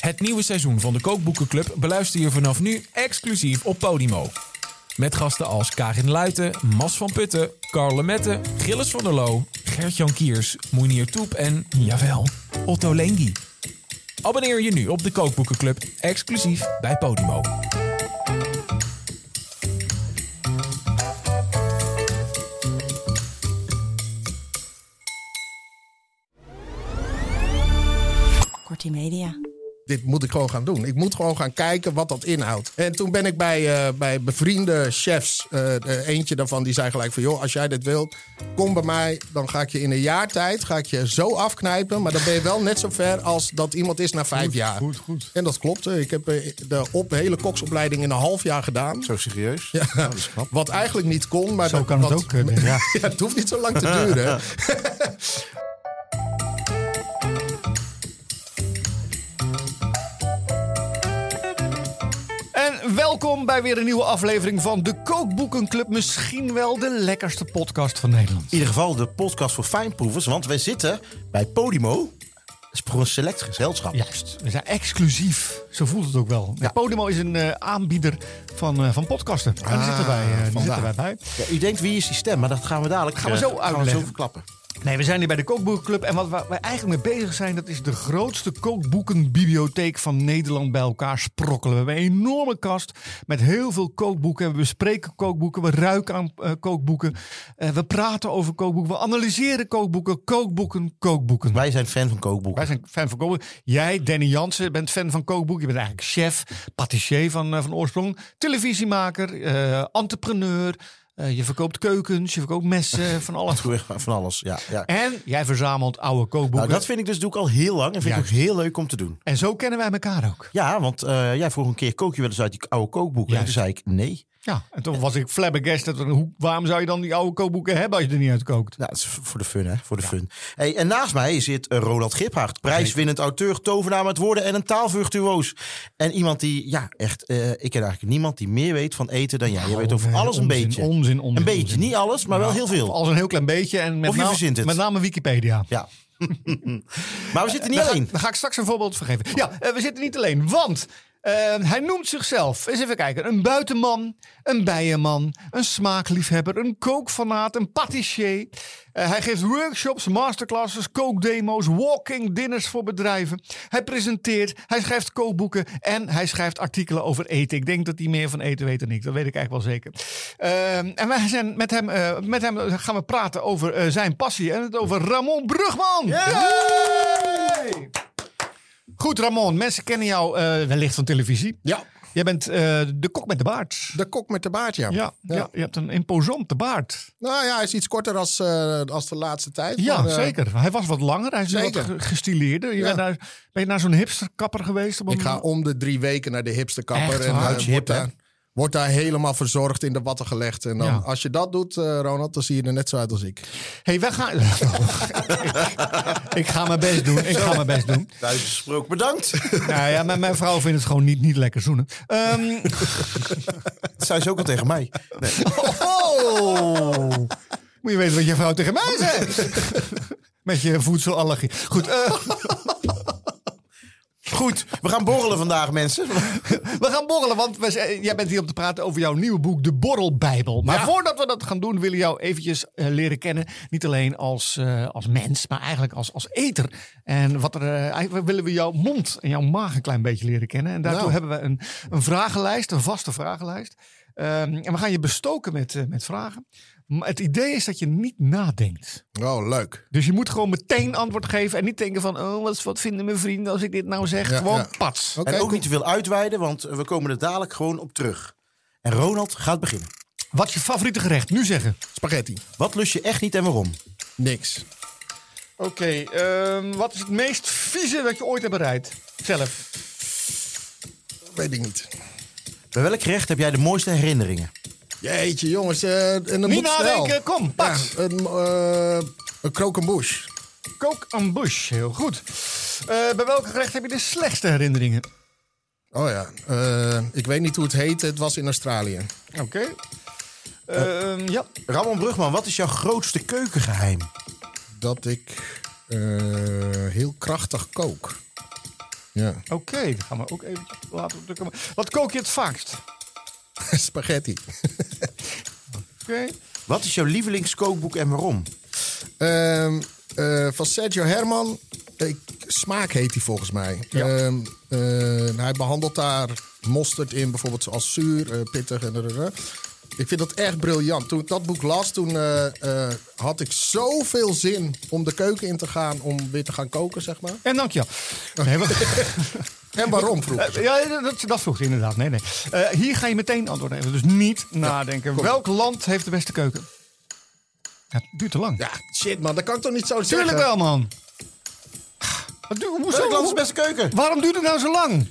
Het nieuwe seizoen van de Kookboekenclub beluister je vanaf nu exclusief op Podimo. Met gasten als Karin Luijten, Mas van Putten, Carl Lemette, Gilles van der Loo, Gert-Jan Kiers, Moenier Toep en, jawel, Otto Lengi. Abonneer je nu op de Kookboekenclub, exclusief bij Podimo. Kortie Media. Dit moet ik gewoon gaan doen. Ik moet gewoon gaan kijken wat dat inhoudt. En toen ben ik bij bevriende chefs. Eentje daarvan die zei gelijk van... joh, als jij dit wilt, kom bij mij. Dan ga ik je in een jaar tijd zo afknijpen. Maar dan ben je wel net zo ver als dat iemand is na 5 jaar. Goed. En dat klopt. Ik heb de hele koksopleiding in een half jaar gedaan. Zo serieus? Ja, dat is knap. Wat eigenlijk niet kon. Maar Zo kan het ook. Ja. Ja, het hoeft niet zo lang te duren. En welkom bij weer een nieuwe aflevering van de Kookboekenclub. Misschien wel de lekkerste podcast van Nederland. In ieder geval de podcast voor fijnproevers. Want wij zitten bij Podimo. Dat is voor een select gezelschap. Juist, we zijn exclusief. Zo voelt het ook wel. Ja. Podimo is een aanbieder van podcasten. En daar zitten wij bij. Ja, u denkt, wie is die stem? Maar dat gaan we dadelijk zo uitleggen. verklappen. Nee, we zijn hier bij de Kookboekenclub. En wat wij eigenlijk mee bezig zijn, dat is de grootste kookboekenbibliotheek van Nederland bij elkaar sprokkelen. We hebben een enorme kast met heel veel kookboeken. We bespreken kookboeken, we ruiken aan kookboeken. We praten over kookboeken, we analyseren kookboeken. Kookboeken. Wij zijn fan van kookboeken. Wij zijn fan van kookboeken. Jij, Danny Jansen, bent fan van kookboeken. Je bent eigenlijk chef, patissier van oorsprong. Televisiemaker, entrepreneur. Je verkoopt keukens, je verkoopt messen, van alles. Van alles, ja. En jij verzamelt oude kookboeken. Nou, dat vind ik dus doe ik al heel lang. En vind ik ook heel leuk om te doen. En zo kennen wij elkaar ook. Ja, want jij vroeg een keer, kook je wel eens uit die oude kookboeken? Juist. En toen zei ik, nee. Ja, en toen was ik flabbergasted. Waarom zou je dan die oude kookboeken hebben als je er niet uit kookt? Nou, dat is voor de fun, hè? Voor de fun. Hey, en naast mij zit Ronald Giphart. Prijswinnend auteur, tovenaar met woorden en een taalvirtuoos. En iemand die, ja, echt... ik ken eigenlijk niemand die meer weet van eten dan jij. Je weet over alles een beetje. Onzin. Een beetje, niet alles, maar wel heel veel. Als een heel klein beetje. En Of je verzint het. Met name Wikipedia. Ja. Maar we zitten niet alleen. Daar ga ik straks een voorbeeld van geven. Ja, we zitten niet alleen, want... hij noemt zichzelf, eens even kijken, een buitenman, een bijenman, een smaakliefhebber, een kookfanaat, een patissier. Hij geeft workshops, masterclasses, kookdemo's, walking dinners voor bedrijven. Hij presenteert, hij schrijft kookboeken en hij schrijft artikelen over eten. Ik denk dat hij meer van eten weet dan ik, dat weet ik eigenlijk wel zeker. En wij zijn met hem gaan we praten over zijn passie en het over Ramon Brugman. Yay! Goed, Ramon. Mensen kennen jou wellicht van televisie. Ja. Jij bent de kok met de baard. De kok met de baard, ja. Ja, je hebt een imposante baard. Nou ja, hij is iets korter als de laatste tijd. Ja, maar, zeker. Hij was wat langer. Hij is nu wat gestileerder. Ben je naar zo'n hipsterkapper geweest? Ik ga om de 3 weken naar de hipsterkapper. Echt En waar? wordt daar helemaal verzorgd in de watten gelegd. En dan, als je dat doet, Ronald, dan zie je er net zo uit als ik. Hey, wij gaan... Ik ga mijn best doen. Thuis gesproken, bedankt. Nou ja, mijn vrouw vindt het gewoon niet lekker zoenen. Dat zei ze ook al tegen mij. Nee. Oh! Moet je weten wat je vrouw tegen mij zegt. Met je voedselallergie. Goed, Goed, we gaan borrelen vandaag, mensen. we gaan borrelen, want jij bent hier om te praten over jouw nieuwe boek, De Borrelbijbel. Maar voordat we dat gaan doen, willen we jou eventjes leren kennen. Niet alleen als mens, maar eigenlijk als eter. En eigenlijk willen we jouw mond en jouw maag een klein beetje leren kennen. En daartoe hebben we een vragenlijst, een vaste vragenlijst. En we gaan je bestoken met vragen. Maar het idee is dat je niet nadenkt. Oh, leuk. Dus je moet gewoon meteen antwoord geven. En niet denken van, wat vinden mijn vrienden als ik dit nou zeg? Ja, gewoon ja. pats. Oké, En ook cool. niet te veel uitweiden, want we komen er dadelijk gewoon op terug. En Ronald gaat beginnen. Wat is je favoriete gerecht? Nu zeggen. Spaghetti. Wat lust je echt niet en waarom? Niks. Oké, wat is het meest vieze dat je ooit hebt bereid? Zelf. Weet ik niet. Bij welk gerecht heb jij de mooiste herinneringen? Jeetje, jongens. En dan Niet moet snel. nadenken, kom, pats. Ja, een krokenbush. Kook en bush, heel goed. Bij welk gerecht heb je de slechtste herinneringen? Oh ja. Ik weet niet hoe het heette. Het was in Australië. Oké. Ja. Ramon Brugman, wat is jouw grootste keukengeheim? Dat ik heel krachtig kook. Ja. Oké, dan gaan we ook even laten drukken. Wat kook je het vaakst? Spaghetti. Oké. Wat is jouw lievelingskookboek en waarom? Van Sergio Herman. Smaak heet hij volgens mij. Ja. Hij behandelt daar mosterd in, bijvoorbeeld zoals zuur, pittig. Ik vind dat echt briljant. Toen ik dat boek las, toen had ik zoveel zin om de keuken in te gaan, om weer te gaan koken, zeg maar. En dank je. Nee, En waarom, vroeg ze. ja, dat vroeg hij inderdaad. Nee. Hier ga je meteen antwoord geven. Dus niet nadenken. Welk land heeft de beste keuken? Ja, het duurt te lang. Ja, shit man, dat kan ik toch niet zo zeggen? Tuurlijk wel, man. Welk land is de beste keuken? Waarom duurt het nou zo lang?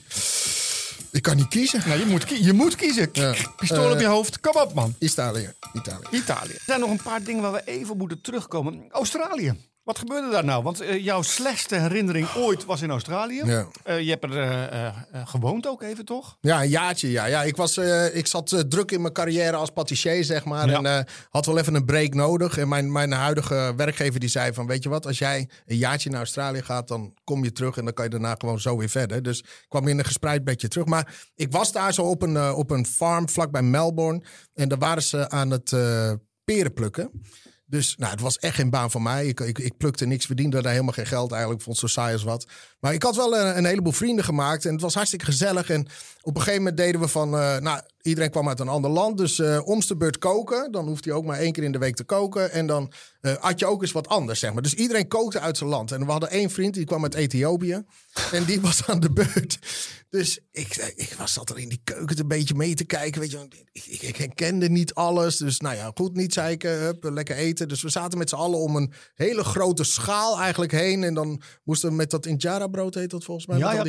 Ik kan niet kiezen. Nou, je moet kiezen. Ja. Pistool op je hoofd. Kom op, man. Italië. Italië. Er zijn nog een paar dingen waar we even moeten terugkomen. Australië. Wat gebeurde daar nou? Want jouw slechtste herinnering ooit was in Australië. Ja. Je hebt er gewoond ook even, toch? Ja, een jaartje. Ja. Ik zat druk in mijn carrière als patissier, zeg maar. Ja. En had wel even een break nodig. En mijn huidige werkgever die zei van... weet je wat, als jij een jaartje naar Australië gaat... dan kom je terug en dan kan je daarna gewoon zo weer verder. Dus ik kwam in een gespreid bedje terug. Maar ik was daar zo op een farm vlakbij Melbourne. En daar waren ze aan het peren plukken. Dus het was echt geen baan voor mij. Ik plukte niks, verdiende daar helemaal geen geld eigenlijk. Vond het zo saai als wat. Maar ik had wel een heleboel vrienden gemaakt. En het was hartstikke gezellig. En op een gegeven moment deden we van... iedereen kwam uit een ander land. Dus om de beurt koken. Dan hoefde je ook maar 1 keer in de week te koken. En dan at je ook eens wat anders, zeg maar. Dus iedereen kookte uit zijn land. En we hadden 1 vriend, die kwam uit Ethiopië. En die was aan de beurt. Dus ik zat er in die keuken een beetje mee te kijken. Weet je, ik herkende niet alles. Dus goed, niet zeiken. Lekker eten. Dus we zaten met z'n allen om een hele grote schaal eigenlijk heen. En dan moesten we met dat injera brood, heet dat volgens mij. Ja,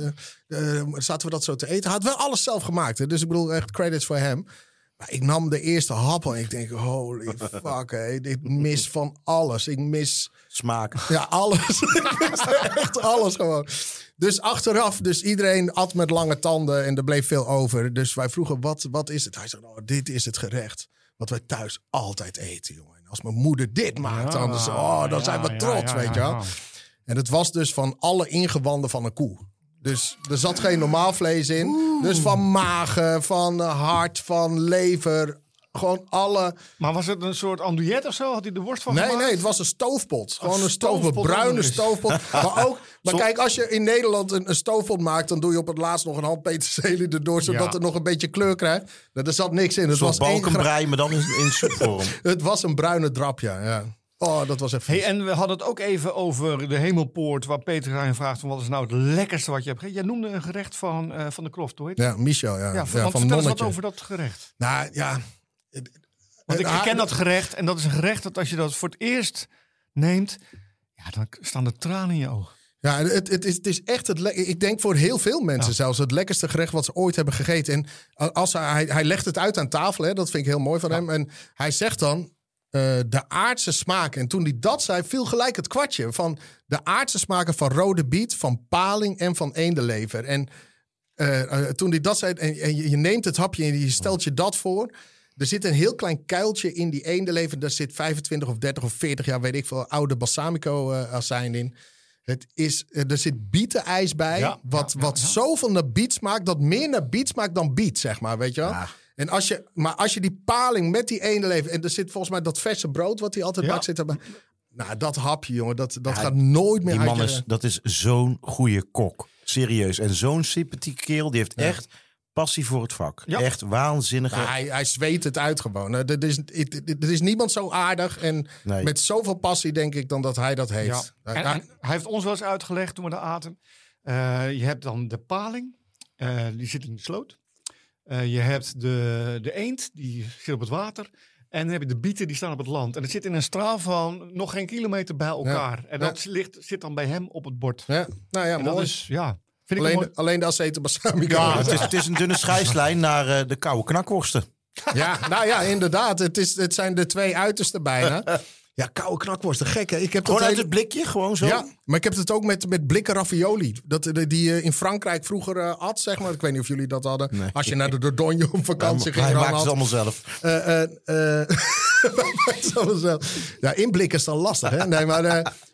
zaten we dat zo te eten. Hij had wel alles zelf gemaakt. Hè? Dus ik bedoel, echt credits voor hem. Maar ik nam de eerste hap en ik denk, holy fuck, ik mis van alles. Ik mis... Smaak. Ja, alles. Ik mis echt alles gewoon. Dus achteraf, iedereen at met lange tanden en er bleef veel over. Dus wij vroegen, wat is het? Hij zei, dit is het gerecht wat wij thuis altijd eten, jongen. En als mijn moeder dit maakt, dan zijn we trots, weet je wel. En het was dus van alle ingewanden van een koe. Dus er zat geen normaal vlees in. Dus van magen, van hart, van lever. Gewoon alle... Maar was het een soort andouillet of zo? Had hij de worst van gemaakt? Nee, het was een stoofpot. Gewoon een stoofpot, bruine stoofpot. Maar kijk, als je in Nederland een stoofpot maakt... dan doe je op het laatst nog een hand peterselie erdoor... zodat het nog een beetje kleur krijgt. Er zat niks in. Het was balkenbrei, maar dan in soepvorm. Het was een bruine drap, ja. Oh, dat was echt vies. En we hadden het ook even over de Hemelpoort... waar Peter aan je vraagt van wat is nou het lekkerste wat je hebt gegeten. Jij noemde een gerecht van de Kroft, hoor. Ja, Michel, van van vertel eens wat over dat gerecht. Nou, ja... Want ik ken dat gerecht en dat is een gerecht dat als je dat voor het eerst neemt... ja, dan staan de tranen in je ogen. Ja, het is echt ik denk voor heel veel mensen zelfs het lekkerste gerecht wat ze ooit hebben gegeten. En als hij legt het uit aan tafel, hè, dat vind ik heel mooi van hem. En hij zegt dan de aardse smaken. En toen hij dat zei, viel gelijk het kwartje van de aardse smaken van rode biet, van paling en van eendenlever. En toen hij dat zei, en je neemt het hapje en je stelt je dat voor... Er zit een heel klein kuiltje in die eendenlever. Daar zit 25 of 30 of 40 jaar, weet ik veel, oude balsamico-azijn in. Er zit bietenijs bij, wat zoveel naar biet smaakt, dat meer naar biet smaakt dan biet, zeg maar, weet je wel. Ja. En als je die paling met die eendenlever, en er zit volgens mij dat verse brood wat hij altijd maakt, zit erbij. Nou, dat hapje, jongen, dat gaat nooit meer uit. Die man dat is zo'n goede kok. Serieus. En zo'n sympathieke kerel, die heeft echt... passie voor het vak. Ja. Echt waanzinnige... Nou, hij zweet het uit gewoon. Er is niemand zo aardig en met zoveel passie, denk ik, dan dat hij dat heeft. Ja. En hij heeft ons wel eens uitgelegd toen we daar aten. Je hebt dan de paling. Die zit in de sloot. Je hebt de eend. Die zit op het water. En dan heb je de bieten, die staan op het land. En het zit in een straal van nog geen kilometer bij elkaar. Ja. En dat zit dan bij hem op het bord. Ja. Nou ja, en mooi. Dat is, Alleen de aceten balsamico. Ja, het is een dunne scheidslijn naar de koude knakworsten. Ja, nou ja, inderdaad. Het zijn de 2 uitersten bijna. Ja, koude knakworsten. Gek, hè? Ik heb gewoon uit het blikje, gewoon zo? Ja, maar ik heb het ook met blikken ravioli. Die je in Frankrijk vroeger at, zeg maar. Ik weet niet of jullie dat hadden. Nee. Als je naar de Dordogne op vakantie ging. Hij maakt het allemaal zelf. Ja, inblikken is dan lastig, hè? Nee, maar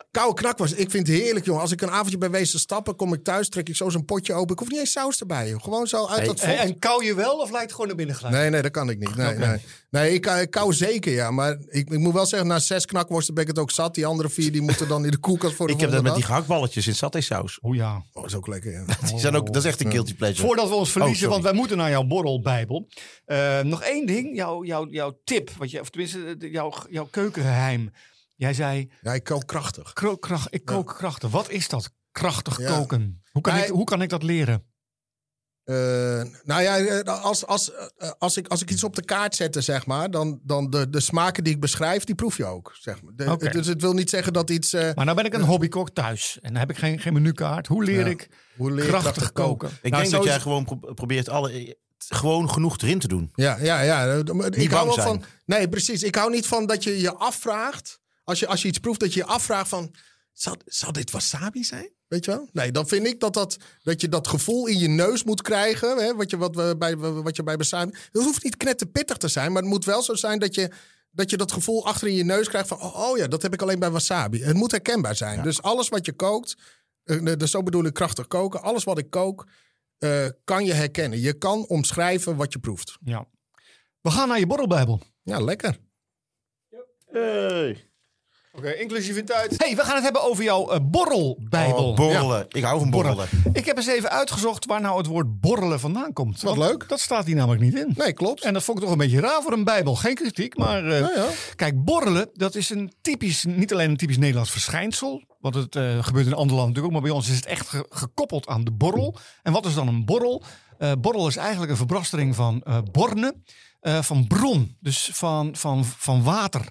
Koude knakworst. Ik vind het heerlijk, jongen. Als ik een avondje ben wezen stappen, kom ik thuis, trek ik zo zo'n potje open. Ik hoef niet eens saus erbij, joh. Gewoon zo uit dat vocht. En kauw je wel of lijkt het gewoon naar binnen glijden? Nee, dat kan ik niet. Nee, ik kauw zeker, ja. Maar ik moet wel zeggen, na 6 knakworsten ben ik het ook zat. Die andere 4 die moeten dan in de koelkast voor de Ik heb dat volgende met die gehaktballetjes in satésaus. Oh ja. dag. Dat is ook lekker, ja. Die zijn ook, dat is echt een guilty pleasure. Voordat we ons verliezen, sorry. want wij moeten naar jouw borrelbijbel. Nog één ding, jouw tip, of tenminste jouw keukengeheim. Jij zei, Ja, ik kook krachtig. ik kook krachtig. Wat is dat, krachtig Ja. koken? Hij- Hoe kan ik dat leren? Nou ja, als ik iets op de kaart zette, zeg maar, dan de smaken die ik beschrijf, die proef je ook. Zeg maar. Oké. Dus het wil niet zeggen dat iets... Maar nou ben ik een hobbykok thuis en dan heb ik geen menukaart. Hoe leer ik hoe leer je krachtig koken? Ik Nou, denk dat sowieso- jij gewoon probeert gewoon genoeg erin te doen. Ja. Ik hou bang wel zijn. van... Nee, precies. Ik hou niet van dat je je afvraagt... Als je iets proeft, dat je je afvraagt van... Zal dit wasabi zijn? Weet je wel? Nee, dan vind ik dat je dat gevoel in je neus moet krijgen. Hè, wat je bij wasabi... Het hoeft niet knetterpittig te zijn, maar het moet wel zo zijn dat je dat gevoel achter in je neus krijgt van... Oh ja, dat heb ik alleen bij wasabi. Het moet herkenbaar zijn. Ja. Dus alles wat je kookt... Dus zo bedoel ik krachtig koken. Alles wat ik kook, kan je herkennen. Je kan omschrijven wat je proeft. Ja. We gaan naar je borrelbijbel. Ja, lekker. Oké, inclusiviteit. Hey, we gaan het hebben over jouw borrelbijbel. Oh, borrelen. Ik hou van borrelen. Ik heb eens even uitgezocht waar nou het woord borrelen vandaan komt. Wat Want leuk. Dat staat hier namelijk niet in. Nee, klopt. En dat vond ik toch een beetje raar voor een bijbel. Geen kritiek, maar Ja. kijk, borrelen, dat is niet alleen een typisch Nederlands verschijnsel. Want het gebeurt in andere landen natuurlijk ook, maar bij ons is het echt gekoppeld aan de borrel. En wat is dan een borrel? Borrel is eigenlijk een verbrastering van borne, van bron, dus van water,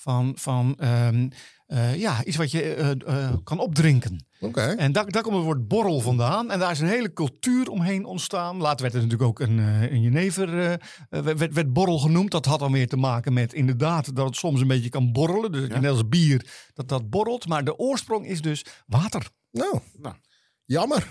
iets wat je kan opdrinken. Oké. En daar komt het woord borrel vandaan. En daar is een hele cultuur omheen ontstaan. Later werd er natuurlijk ook een jenever, werd borrel genoemd. Dat had dan weer te maken met inderdaad dat het soms een beetje kan borrelen. Dus net als bier, dat borrelt. Maar de oorsprong is dus water. Nou, jammer.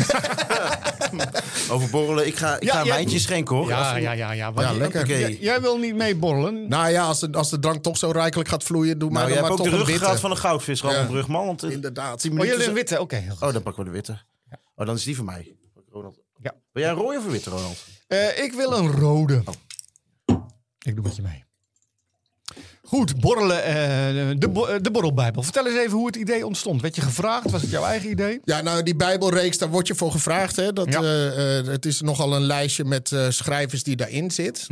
Over borrelen. Ik ga een wijntje schenken, hoor. Ja. Ja, lekker. Oké. Jij wil niet mee borrelen? Nou ja, als de drank toch zo rijkelijk gaat vloeien, doe Nou, maar jij dan hebt maar ook toch de een ruggengraat witte. van een goudvis, Ramon Brugman. Want Inderdaad. 10 Oh, minuten jullie een witte? Oké. heel goed. Oh, dan pakken we de witte. Oh, dan is die van mij. Ronald. Ja. Ben jij een rode of een witte, Ronald? Ik wil een rode. Ik doe met je mee. Goed, borrelen, de borrelbijbel. Vertel eens even hoe het idee ontstond. Werd je gevraagd? Was het jouw eigen idee? Ja, nou die Bijbelreeks, daar word je voor gevraagd. Hè? Ja. Het is nogal een lijstje met schrijvers die daarin zit.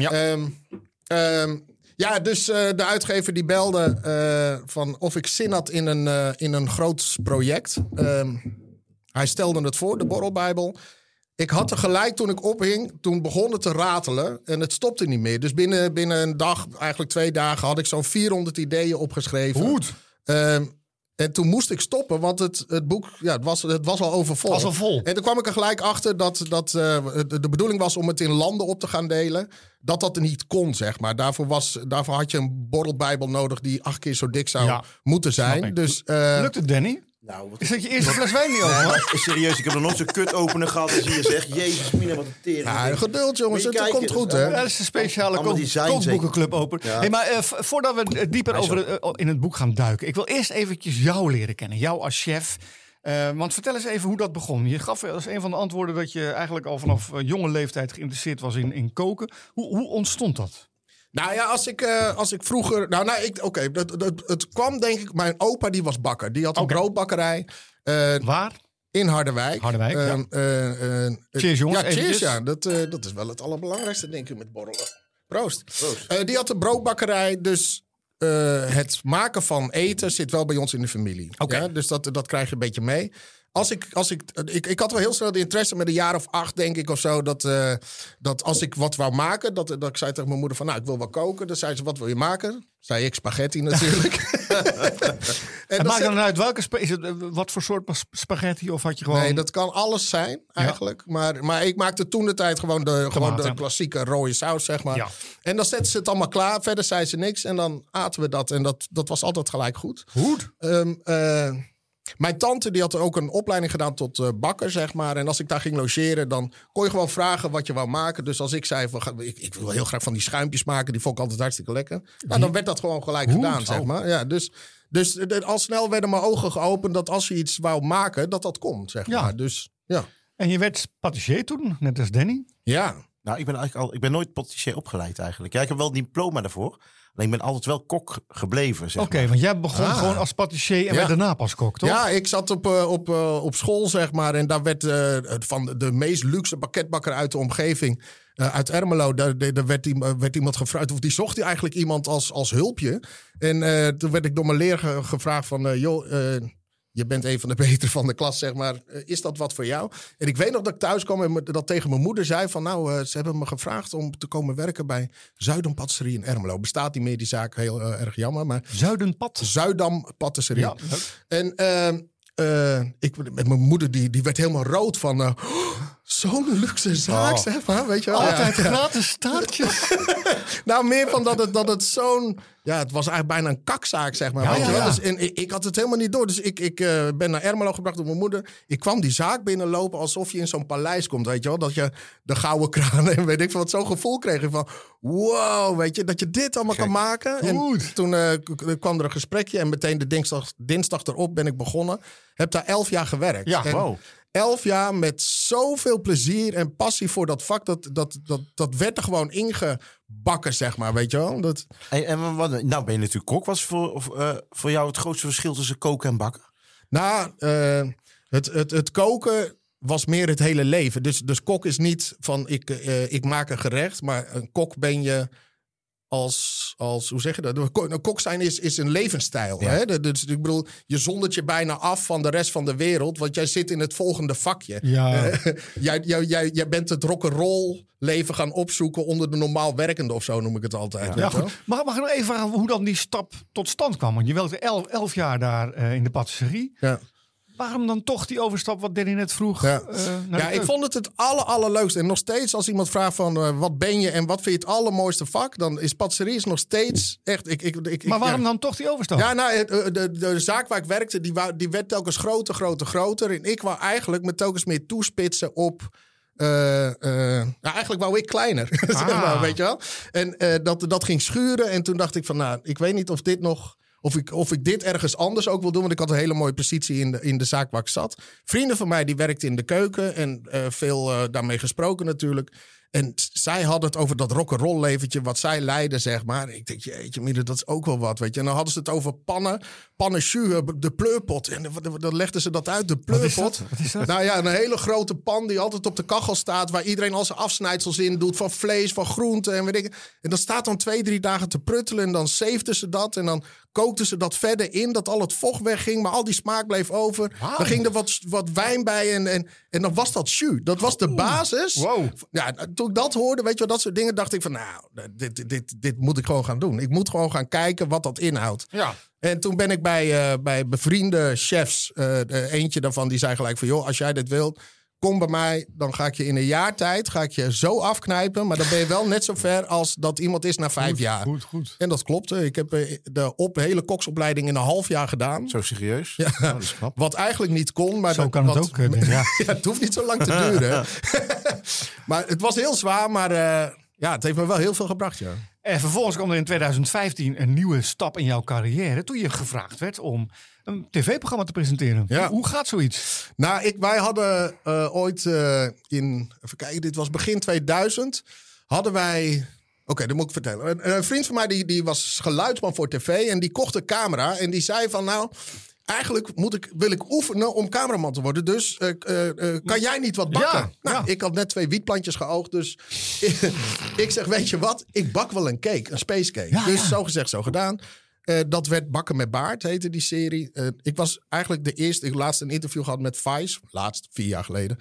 Ja. Dus de uitgever die belde van of ik zin had in een groot project. Hij stelde het voor, de Borrelbijbel. Ik had er gelijk toen ik ophing, toen begon het te ratelen en het stopte niet meer. Dus binnen een dag, eigenlijk 2 dagen, had ik zo'n 400 ideeën opgeschreven. Goed. En toen moest ik stoppen, want het boek, ja, het was al overvol. Was al vol. En toen kwam ik er gelijk achter dat de bedoeling was om het in landen op te gaan delen. Dat er niet kon, zeg maar. Daarvoor had je een borrelbijbel nodig die 8 keer zo dik zou moeten snap zijn. ik. Dus, Lukt het, Danny? Nou, wat Is dat je eerste fles wijn niet over? Nee, maar serieus, ik heb nog nooit zo'n kut openen gehad als hier zegt. Jezus, mina, wat een tering. ja, geduld jongens, Moet je het kijken, komt goed dus, hè. Ja, dat is een speciale Allemaal design kookboekenclub open. Ja. Hey, maar voordat we dieper in het boek gaan duiken. Ik wil eerst eventjes jou leren kennen. Jou als chef. Want vertel eens even hoe dat begon. Je gaf als een van de antwoorden dat je eigenlijk al vanaf jonge leeftijd geïnteresseerd was in koken. Hoe ontstond dat? Nou ja, als ik vroeger... het kwam denk ik... Mijn opa die was bakker. Die had een broodbakkerij Waar? in Harderwijk. Harderwijk, ja. Cheers, jongens, Ja, cheers, eventjes. ja. Dat is wel het allerbelangrijkste, denk ik, met borrelen. Proost. Die had een broodbakkerij, dus het maken van eten zit wel bij ons in de familie. Oké. Ja, dus dat krijg je een beetje mee. Ik had wel heel snel de interesse met een jaar of 8, denk ik, of zo. Dat als ik wat wou maken, dat ik zei tegen mijn moeder van, nou, ik wil wel koken. Dan zei ze, wat wil je maken? Zei ik, spaghetti natuurlijk. En maakt dan uit welke is het wat voor soort spaghetti of had je gewoon? Nee, dat kan alles zijn, eigenlijk. Maar ik maakte toen de tijd gewoon de klassieke rode saus, zeg maar. Ja. En dan zetten ze het allemaal klaar. Verder zei ze niks. En dan aten we dat. En dat was altijd gelijk goed. Goed. Mijn tante die had ook een opleiding gedaan tot bakker, zeg maar. En als ik daar ging logeren, dan kon je gewoon vragen wat je wou maken. Dus als ik zei, ik wil heel graag van die schuimpjes maken. Die vond ik altijd hartstikke lekker. Nou, dan werd dat gewoon gelijk gedaan, zeg maar. Ja, dus al snel werden mijn ogen geopend dat als je iets wou maken, dat komt, zeg maar. Dus, ja. En je werd patissier toen, net als Danny? Ja. Nou, ik ben nooit patissier opgeleid eigenlijk. Ja, ik heb wel een diploma daarvoor. Alleen ik ben altijd wel kok gebleven, zeg Oké, maar. want jij begon gewoon als patissier en werd daarna pas kok, toch? Ja, ik zat op school, zeg maar. En daar werd van de meest luxe pakketbakker uit de omgeving, uit Ermelo, daar werd iemand gevraagd. Of die zocht hij eigenlijk iemand als hulpje. En toen werd ik door mijn leraar gevraagd van, je bent een van de betere van de klas, zeg maar. Is dat wat voor jou? En ik weet nog dat ik thuis kwam en dat tegen mijn moeder zei van, ze hebben me gevraagd om te komen werken bij Zuidam Patisserie in Ermelo. Bestaat niet meer die zaak, heel erg jammer. Maar Zuidam Patisserie. Ja. En met mijn moeder, die werd helemaal rood van, zo'n luxe zaak, zeg maar. Weet je wel? Altijd gratis staartjes. Nou, meer van dat het zo'n... Ja, het was eigenlijk bijna een kakzaak, zeg maar. Weet je wel? Dus, en ik had het helemaal niet door. Dus ik ben naar Ermelo gebracht door mijn moeder. Ik kwam die zaak binnenlopen alsof je in zo'n paleis komt, weet je wel. Dat je de gouden kraan en weet ik wat, zo'n gevoel kreeg. Van, wow, weet je, dat je dit allemaal kan maken. En toen kwam er een gesprekje en meteen de dinsdag erop ben ik begonnen. Heb daar 11 jaar gewerkt. Ja, wow. 11 jaar met zoveel plezier en passie voor dat vak. Dat werd er gewoon ingebakken, zeg maar, weet je wel. Nou ben je natuurlijk kok. Wat is voor jou het grootste verschil tussen koken en bakken? Nou, het koken was meer het hele leven. Dus kok is niet van ik maak een gerecht. Maar een kok ben je als hoe zeg je dat? Een kok zijn is een levensstijl. Ja. Hè? Dus ik bedoel, je zondert je bijna af van de rest van de wereld. Want jij zit in het volgende vakje. Ja. Jij bent het rock'n'roll leven gaan opzoeken onder de normaal werkende of zo noem ik het altijd. Ja, goed. Mag ik nog even vragen hoe dan die stap tot stand kwam? Want je werkte 11 jaar daar in de patisserie. Ja. Waarom dan toch die overstap wat Danny net vroeg? Ja, ik vond het allerleukste. En nog steeds als iemand vraagt van wat ben je en wat vind je het allermooiste vak, dan is patisserie nog steeds echt... Maar waarom dan toch die overstap? Ja, nou, de zaak waar ik werkte, die werd telkens groter. En ik wou eigenlijk me telkens meer toespitsen op... eigenlijk wou ik kleiner, zeg maar, weet je wel. En dat ging schuren. En toen dacht ik van, ik weet niet of dit nog... Of ik dit ergens anders ook wil doen. Want ik had een hele mooie positie in de zaak waar ik zat. Vrienden van mij die werkten in de keuken. En veel daarmee gesproken natuurlijk. En zij hadden het over dat rock'n'roll leventje wat zij leidden, zeg maar. Ik denk, jeetje, midden, dat is ook wel wat, weet je. En dan hadden ze het over pannen jus, de pleurpot. En dan legden ze dat uit, de pleurpot. Wat is dat? Nou ja, een hele grote pan die altijd op de kachel staat, waar iedereen al zijn afsnijdsels in doet van vlees, van groenten en weet ik. En dat staat dan 2-3 dagen te pruttelen en dan zeefden ze dat en dan kookten ze dat verder in, dat al het vocht wegging, maar al die smaak bleef over. Wow. Dan ging er wat wijn bij en dan was dat jus. Dat was de basis. Wow. Ja, toen ik dat hoorde, weet je wel, dat soort dingen, dacht ik van, dit moet ik gewoon gaan doen. Ik moet gewoon gaan kijken wat dat inhoudt. Ja. En toen ben ik bij bevriende chefs, eentje daarvan, die zei gelijk van, joh, als jij dit wilt, kom bij mij, dan ga ik je in een jaar tijd zo afknijpen. Maar dan ben je wel net zo ver als dat iemand is na 5 jaar. Goed. En dat klopte. Ik heb de hele koksopleiding in een half jaar gedaan. Zo serieus? Ja, dat is knap. wat eigenlijk niet kon. Maar Zo kan het ook. Ja, het hoeft niet zo lang te duren. Maar het was heel zwaar, maar het heeft me wel heel veel gebracht, ja. En vervolgens kwam er in 2015 een nieuwe stap in jouw carrière. Toen je gevraagd werd om een tv-programma te presenteren. Ja. Hoe gaat zoiets? Nou, wij hadden ooit even kijken, dit was begin 2000. Hadden wij... Oké, dat moet ik vertellen. Een vriend van mij die was geluidsman voor tv en die kocht een camera. En die zei van, nou, eigenlijk wil ik oefenen om cameraman te worden. Dus kan jij niet wat bakken? Ik had net 2 wietplantjes geoogd. Dus ik zeg, weet je wat? Ik bak wel een cake, een space cake. Dus zo gezegd, zo gedaan. Dat werd Bakken met Baard, heette die serie. Ik was eigenlijk de eerste... Ik heb laatst een interview gehad met Vice. 4 jaar geleden.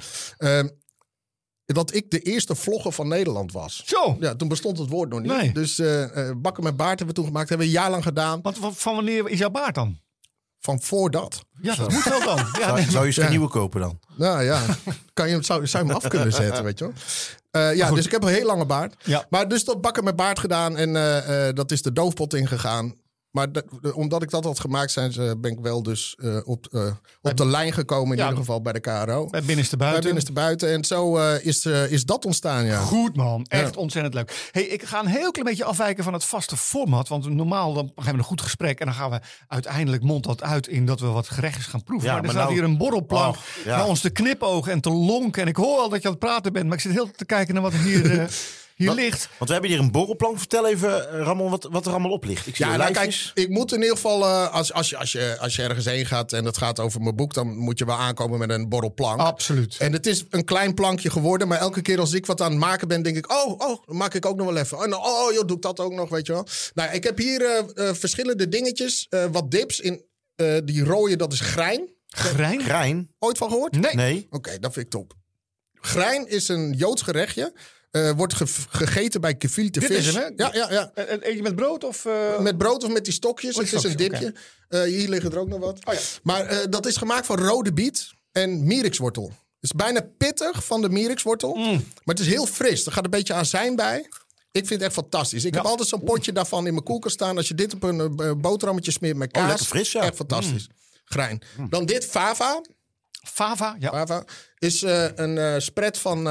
Dat ik de eerste vlogger van Nederland was. Zo! Ja, toen bestond het woord nog niet. Nee. Dus Bakken met Baard hebben we toen gemaakt. Hebben we een jaar lang gedaan. Want van wanneer is jouw baard dan? Van voordat. Ja, dat moet wel dan. Ja, Zou je een nieuwe kopen dan? Nou ja, zou je hem af kunnen zetten, weet je wel. Dus ik heb een heel lange baard. Ja. Maar dus dat Bakken met Baard gedaan. En dat is de doofpot ingegaan. Maar omdat ik dat had gemaakt, ben ik wel dus op de lijn gekomen. In ieder geval bij de KRO. Bij Binnenste Buiten. Bij Binnenste Buiten. En zo is dat ontstaan, ja. Goed, man. Echt ontzettend leuk. Hey, ik ga een heel klein beetje afwijken van het vaste format. Want normaal dan hebben we een goed gesprek. En dan gaan we uiteindelijk mondt dat uit in dat we wat gerechtjes gaan proeven. Ja, maar er maar staat nou- hier een borrelplank naar ons te knipogen en te lonken. En ik hoor al dat je aan het praten bent. Maar ik zit heel te kijken naar wat er hier ligt. Want we hebben hier een borrelplank. Vertel even, Ramon, wat er allemaal op ligt. Ik zie Ja, de nou, lijstjes. kijk, ik moet in ieder geval, als je ergens heen gaat en het gaat over mijn boek, dan moet je wel aankomen met een borrelplank. Absoluut. En het is een klein plankje geworden, maar elke keer als ik wat aan het maken ben, denk ik, dan maak ik ook nog wel even. Joh, doe ik dat ook nog, weet je wel. Nou, ik heb hier verschillende dingetjes, wat dips in die rode, dat is grijn. Grijn? Ooit van gehoord? Nee. Oké, dat vind ik top. Grijn is een Joods gerechtje. Wordt gegeten bij gefilte Dit vis. is hem, hè? Ja. Eet je met brood of... Met brood of met die stokjes. Het is een dipje. Hier liggen er ook nog wat. Oh, ja. Maar dat is gemaakt van rode biet en mierikswortel. Het is bijna pittig van de mierikswortel. Maar het is heel fris. Er gaat een beetje azijn bij. Ik vind het echt fantastisch. Ik heb altijd zo'n potje daarvan in mijn koelkast staan. Als je dit op een boterhammetje smeert met kaas. lekker fris, ja. Echt fantastisch. Grijn. Dan dit, fava. Fava, ja. Fava is een spread van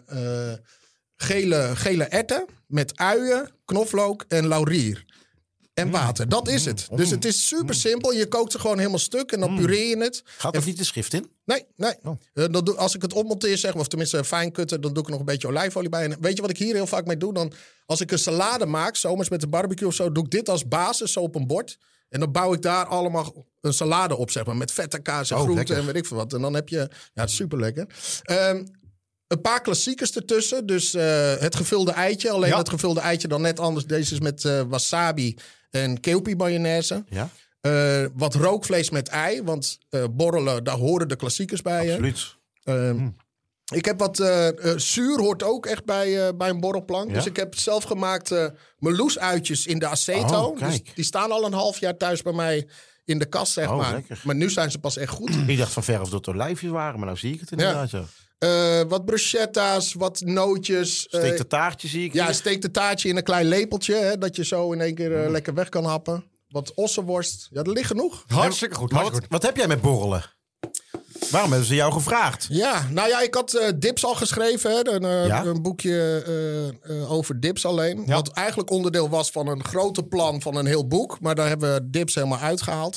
gele erwten met uien, knoflook en laurier. En water. Dat is het. Dus het is super simpel. Je kookt ze gewoon helemaal stuk en dan puree je het. Gaat er niet de schrift in? Nee. Als ik het opmonteer, zeg maar, of tenminste fijn kutten, dan doe ik er nog een beetje olijfolie bij. En weet je wat ik hier heel vaak mee doe? Dan, als ik een salade maak, zomers met een barbecue of zo, doe ik dit als basis zo op een bord. En dan bouw ik daar allemaal een salade op, zeg maar, met vette kaas en groenten lekker. en weet ik veel wat. En dan heb je, het is super lekker. Een paar klassiekers ertussen. Dus het gevulde eitje. Alleen het gevulde eitje dan net anders. Deze is met wasabi en kewpie mayonaise. Ja, Wat rookvlees met ei. Want borrelen, daar horen de klassiekers bij. absoluut. Ik heb wat zuur, hoort ook echt bij een borrelplank. Ja? Dus ik heb zelf gemaakt meloesuitjes in de aceto. Oh, kijk. Dus die staan al een half jaar thuis bij mij in de kast, zeg maar. Lekker. Maar nu zijn ze pas echt goed. Ik dacht van ver of dat er olijfjes waren, maar nou zie ik het inderdaad. Ja. Wat bruschetta's, wat nootjes. Steek de taartje zie ik Ja, hier. steek de taartje in een klein lepeltje. Hè, dat je zo in één keer lekker weg kan happen. Wat ossenworst. Ja, er ligt genoeg. Hartstikke goed. Maar wat heb jij met borrelen? Waarom hebben ze jou gevraagd? Ja, nou ja, ik had dips al geschreven. Hè, een boekje over dips alleen. Ja. Wat eigenlijk onderdeel was van een grote plan van een heel boek. Maar daar hebben we dips helemaal uitgehaald.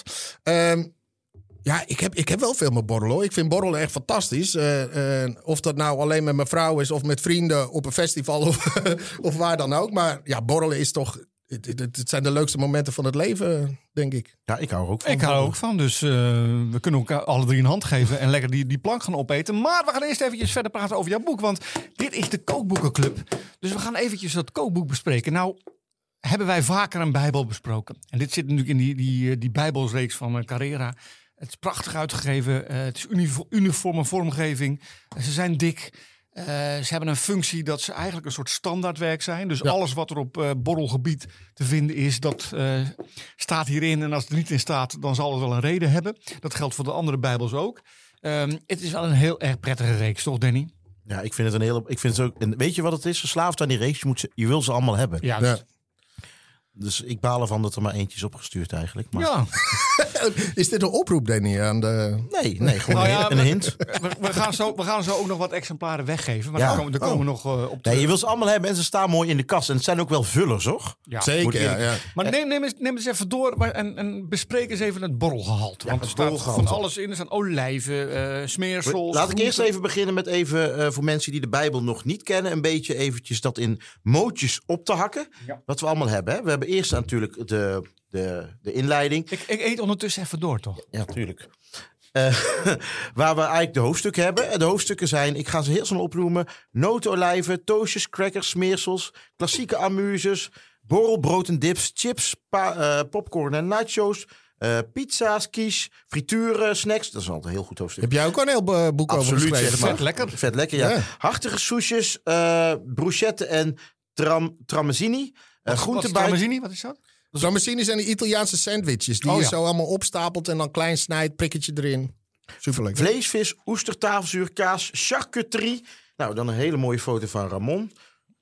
Ja, ik heb wel veel met borrelen, hoor. Ik vind borrelen echt fantastisch. Of dat nou alleen met mijn vrouw is of met vrienden op een festival of waar dan ook. Maar ja, borrelen is toch... Het zijn de leukste momenten van het leven, denk ik. Ja, ik hou er ook van. Ik hou er ook van, dus we kunnen elkaar alle drie een hand geven en lekker die plank gaan opeten. Maar we gaan eerst eventjes verder praten over jouw boek, want dit is de Kookboekenclub. Dus we gaan eventjes dat kookboek bespreken. Nou, hebben wij vaker een Bijbel besproken. En dit zit natuurlijk in die Bijbelsreeks van Carrera. Het is prachtig uitgegeven, het is uniforme vormgeving, ze zijn dik. Ze hebben een functie dat ze eigenlijk een soort standaardwerk zijn. Dus alles wat er op borrelgebied te vinden is, dat staat hierin. En als het er niet in staat, dan zal het wel een reden hebben. Dat geldt voor de andere Bijbels ook. Het is wel een heel erg prettige reeks, toch Danny? Ja, ik vind het een hele... Ik vind het ook, en weet je wat het is? Verslaafd aan die reeks. Je wil ze allemaal hebben. Ja. Ja. Dus ik baal ervan dat er maar eentje is opgestuurd eigenlijk. Maar... Ja. Is dit een oproep, Danny, aan de... Nee, gewoon Nou ja, een hint. We gaan zo ook nog wat exemplaren weggeven. Maar Ja. daar komen we nog op Nee, je wil ze allemaal hebben en ze staan mooi in de kast. En het zijn ook wel vullers, hoor. Ja. Zeker, ja. Maar neem eens even door en bespreek eens even het borrelgehalte. Want er het staat borrelgehalte. van alles in. Er staan olijven, smeersels. Laat ik eerst groenten. even beginnen met even voor mensen die de Bijbel nog niet kennen, een beetje eventjes dat in mootjes op te hakken. Ja. Wat we allemaal hebben. Hè. We hebben eerst natuurlijk de inleiding. Ik eet ondertussen even door, toch? Ja, tuurlijk. Waar we eigenlijk de hoofdstukken hebben. En de hoofdstukken zijn, ik ga ze heel snel opnoemen: notenolijven, toastjes, crackers, smeersels, klassieke amuses, borrel, brood en dips, chips, popcorn en nachos, pizza's, quiche, frituren, snacks. Dat is altijd een heel goed hoofdstuk. Heb jij ook al een heel boek over Absoluut, geschreven? zeg maar. Vet lekker. Vet lekker, ja. Ja. Hartige soesjes, bruschette en tramezzini. Groente bij. Tramezzini, wat is dat? Tramezzini zijn die Italiaanse sandwiches. Die Oh, je ja. zo allemaal opstapelt en dan klein snijdt, prikketje erin. Superlekker. Vlees, vis, oester, tafelzuur, kaas, charcuterie. Nou, dan een hele mooie foto van Ramon.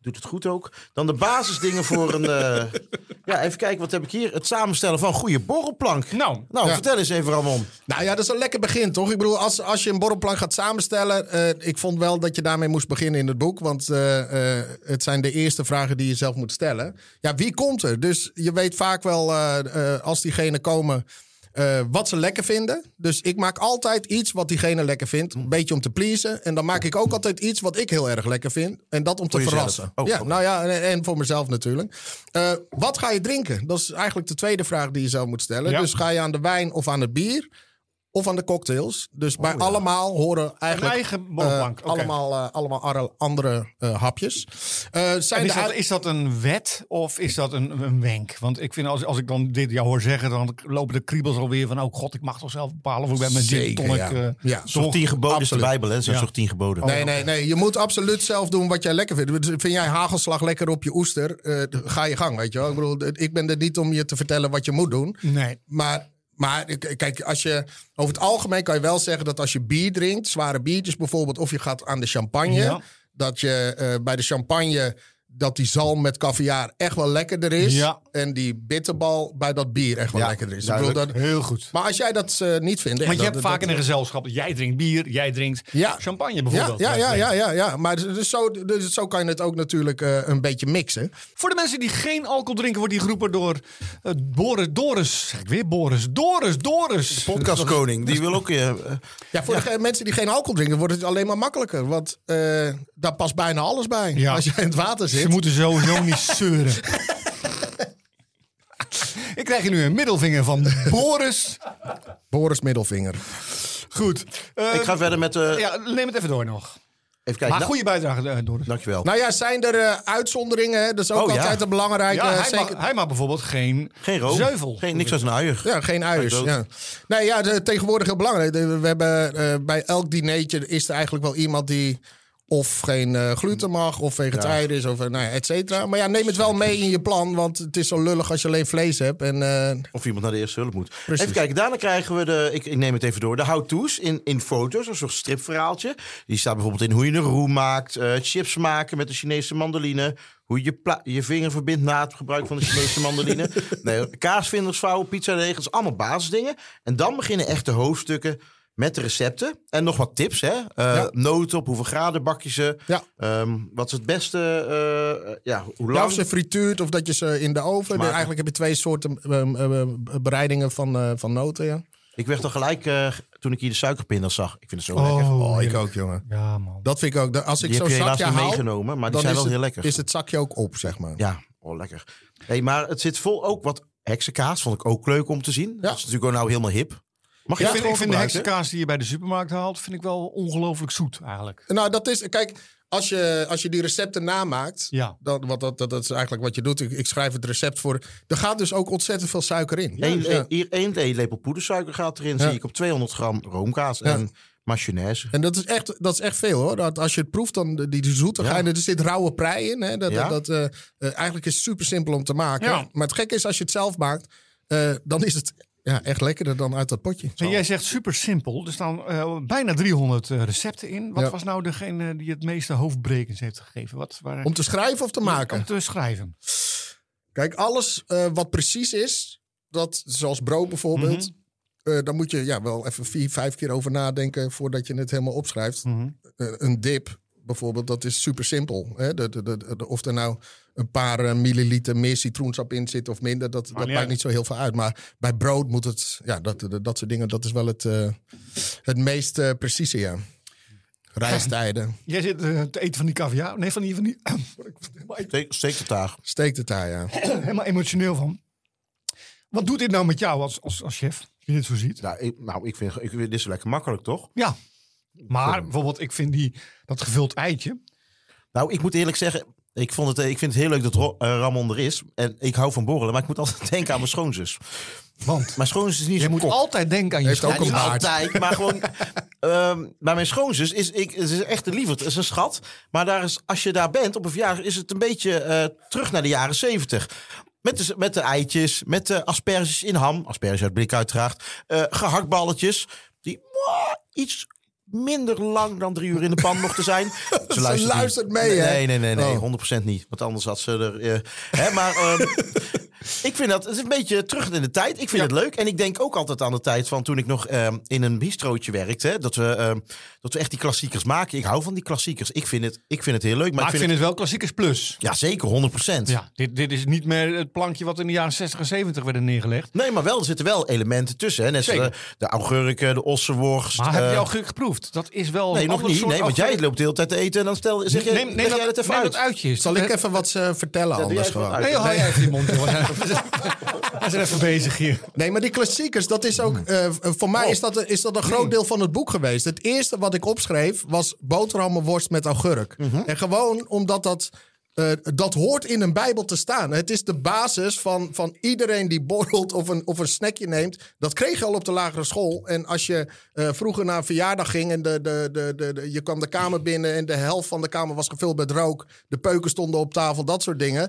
doet het goed ook. Dan de basisdingen voor een... even kijken, wat heb ik hier? Het samenstellen van goede borrelplank. Nou, Vertel eens even, Ramon. Nou ja, dat is een lekker begin, toch? Ik bedoel, als je een borrelplank gaat samenstellen... ik vond wel dat je daarmee moest beginnen in het boek. Want het zijn de eerste vragen die je zelf moet stellen. Ja, wie komt er? Dus je weet vaak wel, als diegenen komen... wat ze lekker vinden. Dus ik maak altijd iets wat diegene lekker vindt. Een beetje om te pleasen. En dan maak ik ook altijd iets wat ik heel erg lekker vind. En dat om te Voor jezelf? verrassen. Oh, ja, oké. nou ja, en voor mezelf natuurlijk. Wat ga je drinken? Dat is eigenlijk de tweede vraag die je zelf moet stellen. Ja. Dus ga je aan de wijn of aan het bier? Of aan de cocktails. Dus bij allemaal horen eigenlijk... Een eigen borrelplank, oké. allemaal andere hapjes. Zijn En is dat een wet of is dat een wenk? Want ik vind als ik dan dit jou hoor zeggen, dan lopen de kriebels alweer van... oh god, ik mag toch zelf bepalen of ik ben met gin Zeker, tonic... ja. Ja. Zo'n 10 geboden is de absoluut. Bijbel, hè? Dat zijn toch 10 geboden. Nee. Je moet absoluut zelf doen wat jij lekker vindt. Dus vind jij hagelslag lekker op je oester? Ga je gang, weet je wel. Ik bedoel, ik ben er niet om je te vertellen wat je moet doen. Nee. Maar kijk, over het algemeen kan je wel zeggen dat als je bier drinkt... zware biertjes bijvoorbeeld, of je gaat aan de champagne... Ja. dat je bij de champagne... dat die zalm met caviar echt wel lekkerder is. Ja. En die bitterbal bij dat bier echt wel Ja, lekkerder is. duidelijk. Heel goed. Maar als jij dat niet vindt... Want je hebt vaak in een gezelschap, jij drinkt bier, jij drinkt champagne bijvoorbeeld. Ja. Maar dus zo kan je het ook natuurlijk een beetje mixen. Voor de mensen die geen alcohol drinken, wordt die geroepen door Doris. Zeg ik weer Doris. Podcastkoning, die wil ook... Voor de mensen die geen alcohol drinken, wordt het alleen maar makkelijker. Want daar past bijna alles bij. Ja. Als je in het water zit. Ze moeten sowieso niet zeuren. Ik krijg hier nu een middelvinger van Boris. Boris Middelvinger. Goed. ik ga verder met... Neem het even door nog. even kijken. Maar goede bijdrage, Doris. Dankjewel. Nou ja, zijn er uitzonderingen? Hè? Dat is ook Oh, ja. altijd een belangrijke... Ja, zeker... hij mag bijvoorbeeld geen room. zeuvel. Niks als een uier. Ja, geen uiers. dood. Ja. Nee, ja, tegenwoordig heel belangrijk. We hebben bij elk dinertje is er eigenlijk wel iemand die of geen gluten mag, of vegetariër is, of nou ja, et cetera. Maar ja, neem het wel mee in je plan, want het is zo lullig als je alleen vlees hebt. En, Of iemand naar de eerste hulp moet. Precies. Even kijken, daarna krijgen we ik neem het even door, de how-to's in foto's. Een soort stripverhaaltje. Die staat bijvoorbeeld in hoe je een roux maakt. Chips maken met de Chinese mandoline. Hoe je je vinger verbindt na het gebruik van de Chinese mandoline. Kaasvinders vouwen, pizzaregels, allemaal basisdingen. En dan beginnen echte hoofdstukken met de recepten. En nog wat tips, hè? Noten op hoeveel graden bak je ze. Ja. Wat is het beste? Hoe ja, lang? of ze frituurt of dat je ze in de oven... Eigenlijk heb je twee soorten bereidingen van noten, ja. Ik werd dan gelijk, toen ik hier de suikerpinders zag. Ik vind het zo lekker. Oh, ik ook, jongen. Ja, man. Dat vind ik ook. Als ik Die heb zo'n je helaas zakje niet haal, meegenomen, maar die dan zijn is wel het- heel lekker. is het zakje ook op, zeg maar. Ja, lekker. Hey, maar het zit vol ook wat heksenkaas. Vond ik ook leuk om te zien. Dat is natuurlijk ook nou helemaal hip. Mag je Ja, dat Ik gewoon vind de gebruiken? heksenkaas die je bij de supermarkt haalt, vind ik wel ongelooflijk zoet eigenlijk. Nou, dat is... Kijk, als je die recepten namaakt... Ja. Dat is eigenlijk wat je doet. Ik schrijf het recept voor... Er gaat dus ook ontzettend veel suiker in. Hier 1 theelepel poedersuiker gaat erin. Ja. Zie ik op 200 gram roomkaas en mayonaise. En dat is echt veel, hoor. Als je het proeft, dan die zoetigheid... Er zit rauwe prei in. Hè? Eigenlijk is het super simpel om te maken. Ja. Maar het gekke is, als je het zelf maakt... dan is het echt lekkerder dan uit dat potje. En jij zegt super simpel. Er staan bijna 300 recepten in. Wat Ja. was nou degene die het meeste hoofdbrekens heeft gegeven? Wat waren... Om te schrijven of te maken? Om te schrijven. Kijk, alles wat precies is... zoals brood bijvoorbeeld... dan moet je wel even 4-5 keer over nadenken... voordat je het helemaal opschrijft. Een dip bijvoorbeeld, dat is super simpel. Hè? Of er nou een paar milliliter meer citroensap in zit of minder... dat maakt niet zo heel veel uit. Maar bij brood moet het... Ja, dat soort dingen, dat is wel het meest precieze, ja. Reistijden. Jij zit te eten van die caviar. Nee, van die Steektartaar. Steekt het daar, ja. helemaal emotioneel van. Wat doet dit nou met jou als chef? Als je dit zo ziet. Ik vind dit is lekker makkelijk, toch? Ja. Maar bijvoorbeeld, ik vind dat gevuld eitje. Nou, ik moet eerlijk zeggen... Ik vind het heel leuk dat Ramon er is. En ik hou van borrelen, maar ik moet altijd denken aan mijn schoonzus. Want Mijn schoonzus is niet je zo moet kok. altijd denken aan je Heeft ook schoonzus. een Niet baard. altijd, maar gewoon... bij mijn schoonzus is echt een lieverd. Het is een schat. Maar als je daar bent op een verjaardag... is het een beetje terug naar de jaren 70. Met de eitjes, met de asperges in ham. Asperges uit blik uiteraard. Gehaktballetjes. Die iets minder lang dan 3 uur in de pan mochten zijn. Ze luistert mee, hè? Nee, Oh. 100% niet. Want anders had ze er... maar ik vind dat... Het is een beetje terug in de tijd. Ik vind het leuk. En ik denk ook altijd aan de tijd van toen ik nog in een bistrootje werkte. Hè, dat we echt die klassiekers maken. Ik hou van die klassiekers. Ik vind het heel leuk. Maar ik vind het wel klassiekers plus. Ja, zeker. 100%. Ja, dit is niet meer het plankje wat in de jaren 60 en 70 werden neergelegd. Nee, maar er zitten wel elementen tussen. Hè? Net zoals de augurken, de ossenworst. Maar heb je augurk geproefd? Dat is wel Nee, een nog ander niet. soort Nee, want jij augurk. loopt de hele tijd te eten en dan zeg je, Neem leg jij dat even uit. dat uitje. Zal ik even wat vertellen doe jij anders even gewoon? uit. Nee, hou jij even die mond, joh. We zijn even bezig hier. Nee, maar die klassiekers, dat is ook... voor mij is dat een groot deel van het boek geweest. Het eerste wat ik opschreef was boterhammenworst met augurk. En gewoon omdat dat hoort in een Bijbel te staan. Het is de basis van iedereen die borrelt of een snackje neemt. Dat kreeg je al op de lagere school. En als je vroeger naar een verjaardag ging en je kwam de kamer binnen en de helft van de kamer was gevuld met rook. De peuken stonden op tafel, dat soort dingen.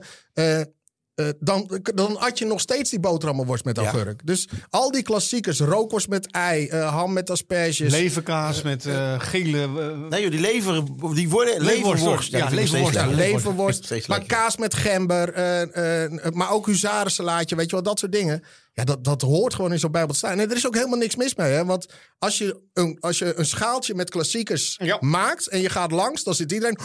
Dan at je nog steeds die boterhammenworst met augurk. Dus al die klassiekers, rookworst met ei, ham met asperges. Leverkaas met gele... Nee joh, die leverworst. Ja, leverworst. Ja, leverworst, Steeds maar lekker. kaas met gember, maar ook huzarensalaatje, weet je wel, dat soort dingen. Ja, dat hoort gewoon in zo'n Bijbel te staan. En er is ook helemaal niks mis mee, hè? Want als je een schaaltje met klassiekers maakt en je gaat langs, dan zit iedereen...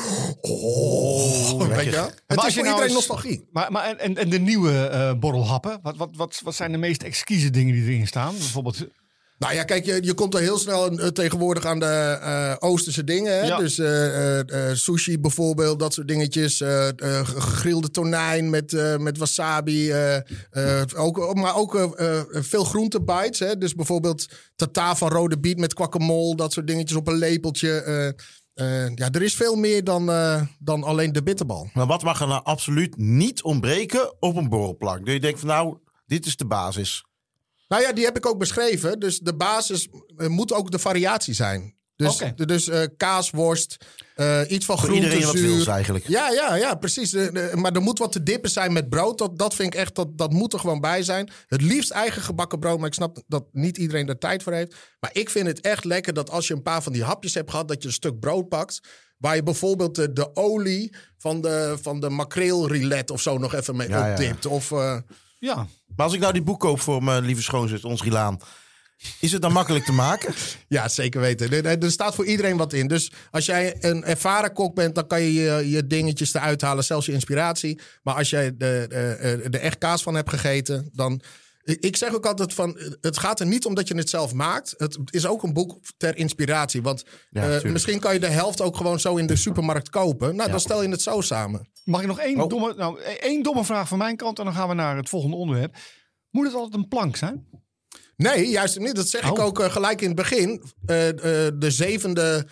weet je wel? Het als is je voor nou iedereen eens- nostalgie. Maar en de nieuwe borrelhappen? Wat zijn de meest exquise dingen die erin staan? Bijvoorbeeld... Nou ja, kijk, je komt er heel snel tegenwoordig aan de Oosterse dingen. Hè? Ja. Dus sushi bijvoorbeeld, dat soort dingetjes. Gegrilde tonijn met wasabi. Maar ook veel groentebites. Hè? Dus bijvoorbeeld tata van rode biet met guacamole. Dat soort dingetjes op een lepeltje. Er is veel meer dan alleen de bitterbal. Maar wat mag er nou absoluut niet ontbreken op een borrelplank? Dat je denkt van nou, dit is de basis. Nou ja, die heb ik ook beschreven. Dus de basis moet ook de variatie zijn. Dus kaas, worst, iets van Voor groente, iedereen wat zuur. wils eigenlijk. Ja, precies. Maar er moet wat te dippen zijn met brood. Dat vind ik echt, dat moet er gewoon bij zijn. Het liefst eigen gebakken brood. Maar ik snap dat niet iedereen er tijd voor heeft. Maar ik vind het echt lekker dat als je een paar van die hapjes hebt gehad, dat je een stuk brood pakt. Waar je bijvoorbeeld de olie van de makreelrillet of zo nog even mee opdipt. Of... Ja. Maar als ik nou die boek koop voor mijn lieve schoonzus, ons Rilaan. Is het dan makkelijk te maken? Ja, zeker weten. Er staat voor iedereen wat in. Dus als jij een ervaren kok bent, dan kan je je dingetjes eruit halen. Zelfs je inspiratie. Maar als jij er echt kaas van hebt gegeten, dan... Ik zeg ook altijd van, het gaat er niet om dat je het zelf maakt. Het is ook een boek ter inspiratie. Want misschien kan je de helft ook gewoon zo in de supermarkt kopen. Nou, dan stel je het zo samen. Mag ik nog één domme vraag van mijn kant en dan gaan we naar het volgende onderwerp. Moet het altijd een plank zijn? Nee, juist niet. Dat zeg ik ook gelijk in het begin. De zevende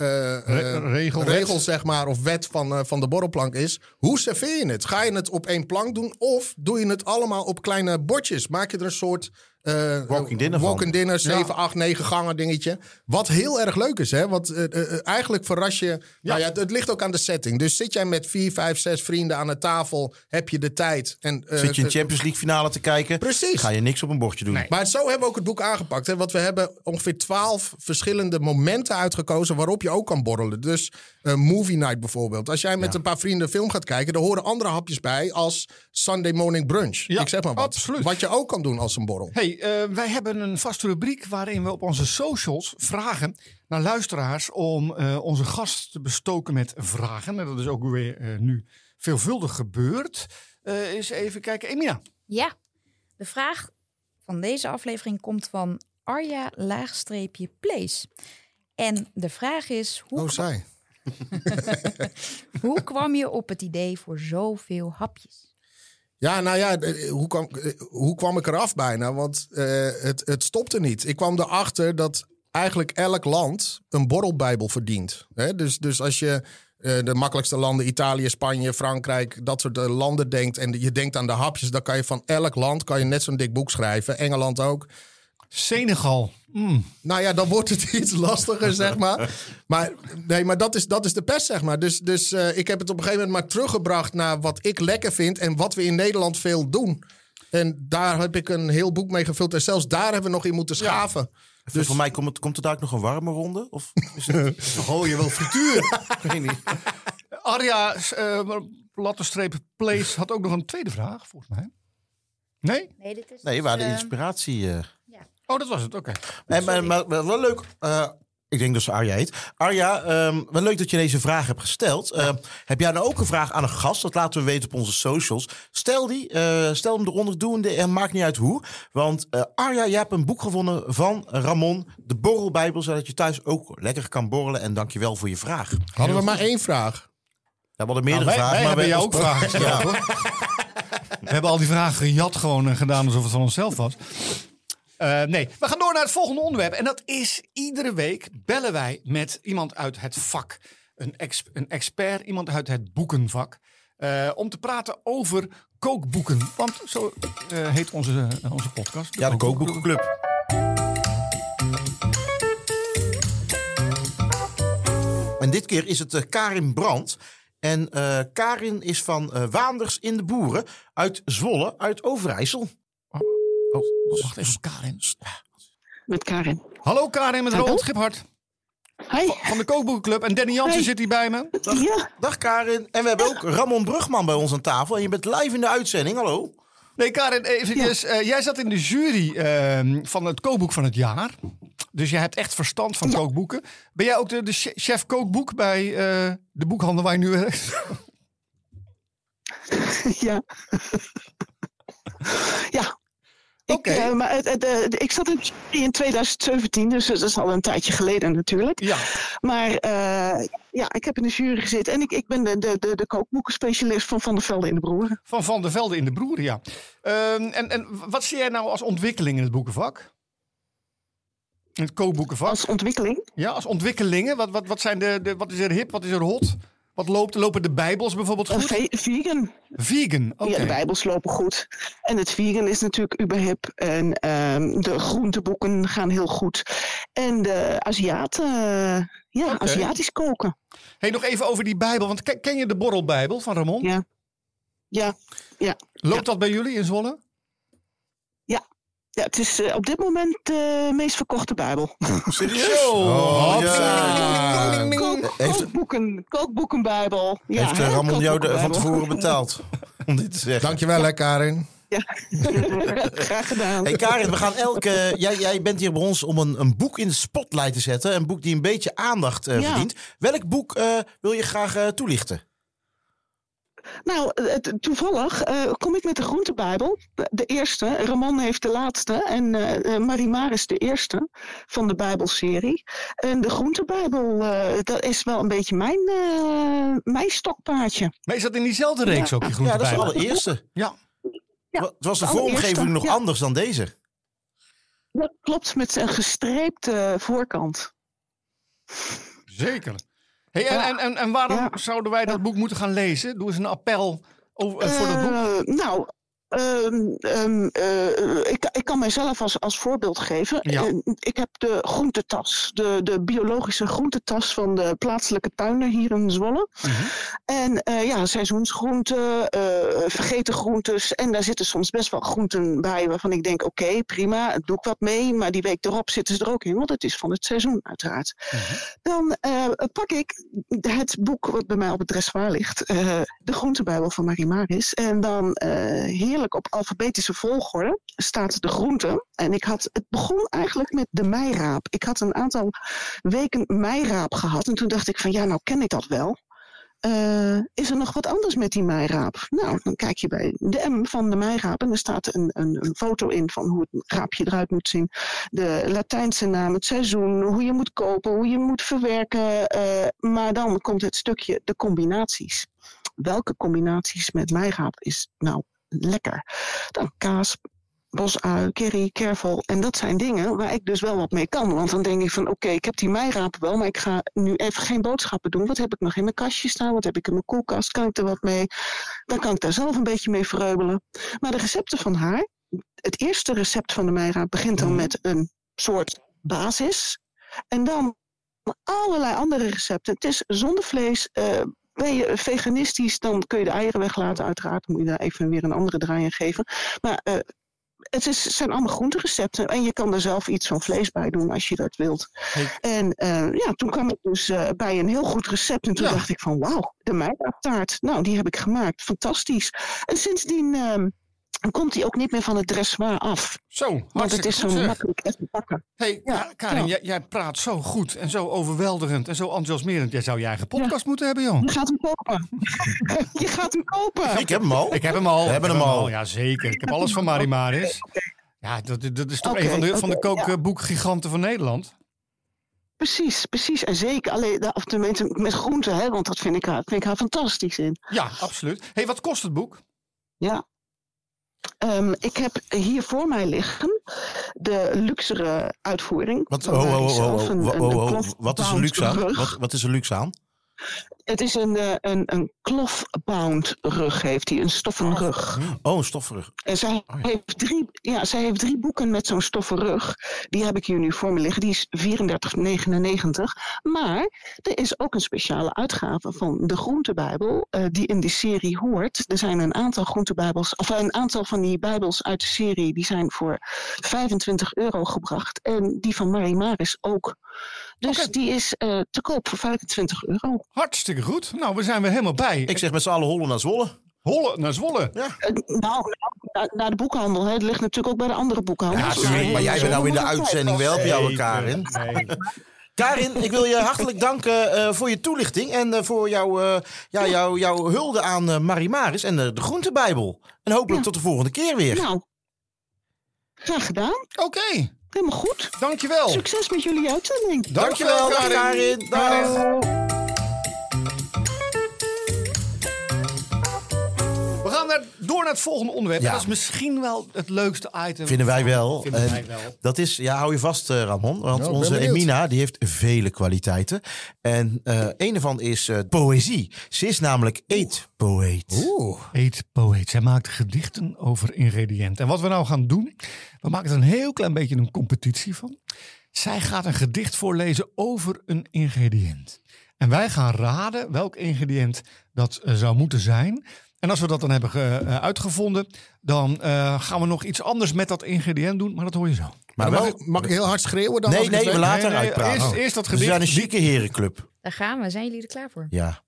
regel, zeg maar, of wet van de borrelplank is... hoe serveer je het? Ga je het op één plank doen of doe je het allemaal op kleine bordjes? Maak je er een soort... walk-in dinner, 7, 8, 9 gangen dingetje. Wat heel erg leuk is, hè? Want eigenlijk verras je... Nou ja, het ligt ook aan de setting. Dus zit jij met 4, 5, 6 vrienden aan de tafel, heb je de tijd. En, Zit je een Champions League finale te kijken? Precies. Ga je niks op een bordje doen. Nee. Maar zo hebben we ook het boek aangepakt. Hè? Want we hebben ongeveer 12 verschillende momenten uitgekozen waarop je ook kan borrelen. Dus movie night bijvoorbeeld. Als jij met een paar vrienden een film gaat kijken, dan horen andere hapjes bij als Sunday morning brunch. Ja, ik zeg maar wat. absoluut. Wat je ook kan doen als een borrel. Hey, wij hebben een vaste rubriek waarin we op onze socials vragen naar luisteraars om onze gast te bestoken met vragen. En dat is ook weer nu veelvuldig gebeurd. Eens even kijken. Emina. Ja, de vraag van deze aflevering komt van Arja-Place. En de vraag is, Zij. hoe kwam je op het idee voor zoveel hapjes? Ja, nou ja, hoe kwam ik eraf bijna? Want het stopte niet. Ik kwam erachter dat eigenlijk elk land een borrelbijbel verdient. Hè? Dus als je de makkelijkste landen, Italië, Spanje, Frankrijk, dat soort landen denkt en je denkt aan de hapjes, dan kan je van elk land net zo'n dik boek schrijven. Engeland ook. Senegal. Nou ja, dan wordt het iets lastiger, zeg maar. Maar dat is de pest, zeg maar. Dus ik heb het op een gegeven moment maar teruggebracht naar wat ik lekker vind en wat we in Nederland veel doen. En daar heb ik een heel boek mee gevuld. En zelfs daar hebben we nog in moeten schaven. Dus voor mij komt er daar ook nog een warme ronde? Of is het... Oh, je wil frituur. Ik weet niet. Arja, lattenstreep Place had ook nog een tweede vraag, volgens mij. Nee? Nee, dit is Nee, waar de inspiratie... Oh, dat was het, oké. Maar wel leuk. Ik denk dat ze Arja heet. Arja, wel leuk dat je deze vraag hebt gesteld. Heb jij nou ook een vraag aan een gast? Dat laten we weten op onze socials. Stel hem eronder, doende en maakt niet uit hoe. Want Arja, jij hebt een boek gewonnen van Ramon, de Borrelbijbel, zodat je thuis ook lekker kan borrelen. En dankjewel voor je vraag. hadden we maar 1 vraag. Ja, we hadden meerdere vragen. Wij maar hebben jou ook vragen gesteld, hoor. We hebben al die vragen gejat gewoon en gedaan alsof het van onszelf was. Nee, we gaan door naar het volgende onderwerp. En dat is, iedere week bellen wij met iemand uit het vak. Een expert, iemand uit het boekenvak. Om te praten over kookboeken. Want zo heet onze podcast. De Kookboekenclub. En dit keer is het Karin Brandt. En Karin is van Waanders in de Boeren uit Zwolle, uit Overijssel. Wacht even, Karin. Met Karin. Hallo Karin, met Hallo. Roland Giphart Hi. van de Kookboekenclub. En Danny Jansen zit hier bij me. Ja, Dag Karin. En we hebben ook Ramon Brugman bij ons aan tafel. En je bent live in de uitzending. Hallo. Nee, Karin, eventjes. Jij zat in de jury van het kookboek van het jaar. Dus jij hebt echt verstand van kookboeken. Ben jij ook de chef kookboek bij de boekhandel waar je nu werkt? ja. Ja. Oké. Maar ik zat in 2017, dus dat is al een tijdje geleden natuurlijk. Ja. Maar ik heb in de jury gezeten en ik ben de kookboekenspecialist van Van der Velde in de Broeren. Van Van der Velde in de Broeren, ja. En wat zie jij nou als ontwikkeling in het boekenvak? In het kookboekenvak? Als ontwikkeling. Ja, als ontwikkelingen. Wat zijn wat is er hip, wat is er hot? Wat lopen de Bijbels bijvoorbeeld goed? Vegan. Vegan, oké. Ja, de Bijbels lopen goed. En het vegan is natuurlijk uberhip. En de groenteboeken gaan heel goed. En de Aziaten, Aziatisch koken. Hey, nog even over die Bijbel. Want ken je de Borrelbijbel van Ramon? Ja. Ja. Loopt dat bij jullie in Zwolle? Ja, het is op dit moment de meest verkochte Bijbel. Serieus? Kookboekenbijbel. Ja, Heeft Ramon jou van tevoren betaald om dit te zeggen? Dankjewel hè, Karin. Ja, graag gedaan. Hey Karin, we gaan jij bent hier bij ons om een boek in de spotlight te zetten. Een boek die een beetje aandacht verdient. Welk boek wil je graag toelichten? Nou, toevallig kom ik met de Groentebijbel. De eerste. Ramon heeft de laatste. En Marimar is de eerste van de Bijbelserie. En de Groentebijbel, dat is wel een beetje mijn stokpaardje. Maar is dat in diezelfde reeks ook, die Groentebijbel? Ja, dat is de allereerste. Ja. Ja, Was de vormgeving nog anders dan deze? Dat klopt, met een gestreepte voorkant. Zeker. Hey, en waarom zouden wij dat boek moeten gaan lezen? Doe eens een appel voor dat boek. Ik kan mijzelf als voorbeeld geven. Ja. Ik heb de groentetas. De biologische groentetas van de plaatselijke tuinen hier in Zwolle. En seizoensgroenten, vergeten groentes. En daar zitten soms best wel groenten bij waarvan ik denk, oké, prima, doe ik wat mee. Maar die week erop zitten ze er ook in, want het is van het seizoen uiteraard. Dan pak ik het boek wat bij mij op het dressoir ligt. De Groentebijbel van Marimaris. En dan heerlijk op alfabetische volgorde staat de groente. En het begon eigenlijk met de meiraap. Ik had een aantal weken meiraap gehad. En toen dacht ik van, nou ken ik dat wel. Is er nog wat anders met die meiraap? Nou, dan kijk je bij de M van de meiraap. En er staat een foto in van hoe het raapje eruit moet zien. De Latijnse naam, het seizoen, hoe je moet kopen, hoe je moet verwerken. Maar dan komt het stukje de combinaties. Welke combinaties met meiraap is nou lekker? Dan kaas, bosui, curry, kervel. En dat zijn dingen waar ik dus wel wat mee kan. Want dan denk ik van oké, ik heb die meiraap wel, maar ik ga nu even geen boodschappen doen. Wat heb ik nog in mijn kastje staan? Wat heb ik in mijn koelkast? Kan ik er wat mee? Dan kan ik daar zelf een beetje mee vreubelen. Maar de recepten van haar, het eerste recept van de meiraap begint dan met een soort basis. En dan allerlei andere recepten. Het is zonder vlees. Ben je veganistisch, dan kun je de eieren weglaten uiteraard. Dan moet je daar even weer een andere draai aan geven. Maar zijn allemaal groenterecepten. En je kan er zelf iets van vlees bij doen als je dat wilt. En toen kwam ik dus bij een heel goed recept. En toen dacht ik van wauw, de meidaagtaart. Nou, die heb ik gemaakt. Fantastisch. En sindsdien komt hij ook niet meer van het dressoir af. Zo, want het is zo makkelijk even pakken. Hey, Karin, jij praat zo goed en zo overweldigend en zo enthousiasmerend. Jij zou je eigen podcast moeten hebben, joh. Je gaat hem kopen. Je gaat hem kopen. Ik heb hem al. Ik heb hem al. We hebben hem al. Ja, zeker. Ik heb alles van Marimaris. Ja, dat is toch een van de kookboekgiganten van Nederland. Precies. En zeker alleen of tenminste met groenten, hè, want dat vind ik haar fantastisch in. Ja, absoluut. Hey, wat kost het boek? Ja. Ik heb hier voor mij liggen de luxere uitvoering. Wat is er luxe aan? Wat is er luxe aan? Het is een cloth-bound rug, heeft hij, een stoffen rug. Oh, een stoffen rug. En zij heeft 3 boeken met zo'n stoffen rug. Die heb ik hier nu voor me liggen. Die is $34,99. Maar er is ook een speciale uitgave van de Groentebijbel die in die serie hoort. Er zijn een aantal groentebijbels, of een aantal van die bijbels uit de serie, die zijn voor €25 gebracht. En die van Marimaris ook. Dus die is te koop voor €25. Hartstikke goed. Nou, we zijn weer helemaal bij. Ik zeg met z'n allen hollen naar Zwolle. Hollen naar Zwolle? Ja. Naar de boekhandel. Hè. Het ligt natuurlijk ook bij de andere boekhandels. Ja, maar jij bent nou in de uitzending wel op jou, Karin. Nee. Karin, ik wil je hartelijk danken voor je toelichting en voor jouw hulde aan Marimaris en de Groentebijbel. En hopelijk tot de volgende keer weer. Nou, graag gedaan. Oké. Helemaal goed. Dankjewel. Succes met jullie uitzending. Dankjewel, Karin. Dag. We gaan door naar het volgende onderwerp. Ja. Dat is misschien wel het leukste item. Vinden wij wel. Vinden wij wel. Dat is, hou je vast, Ramon. Want ben onze benieuwd. Emina die heeft vele kwaliteiten. En een ervan is poëzie. Ze is namelijk eetpoëet. Eetpoëet. Zij maakt gedichten over ingrediënten. En wat we nou gaan doen, we maken er een heel klein beetje een competitie van. Zij gaat een gedicht voorlezen over een ingrediënt. En wij gaan raden welk ingrediënt dat zou moeten zijn. En als we dat dan hebben uitgevonden, dan gaan we nog iets anders met dat ingrediënt doen. Maar dat hoor je zo. Maar Mag ik heel hard schreeuwen dan? Nee, als ik het we weet? laten haar uitpraten. Eerst dat We gedicht. zijn een chique herenclub. Daar gaan we. Zijn jullie er klaar voor? Ja.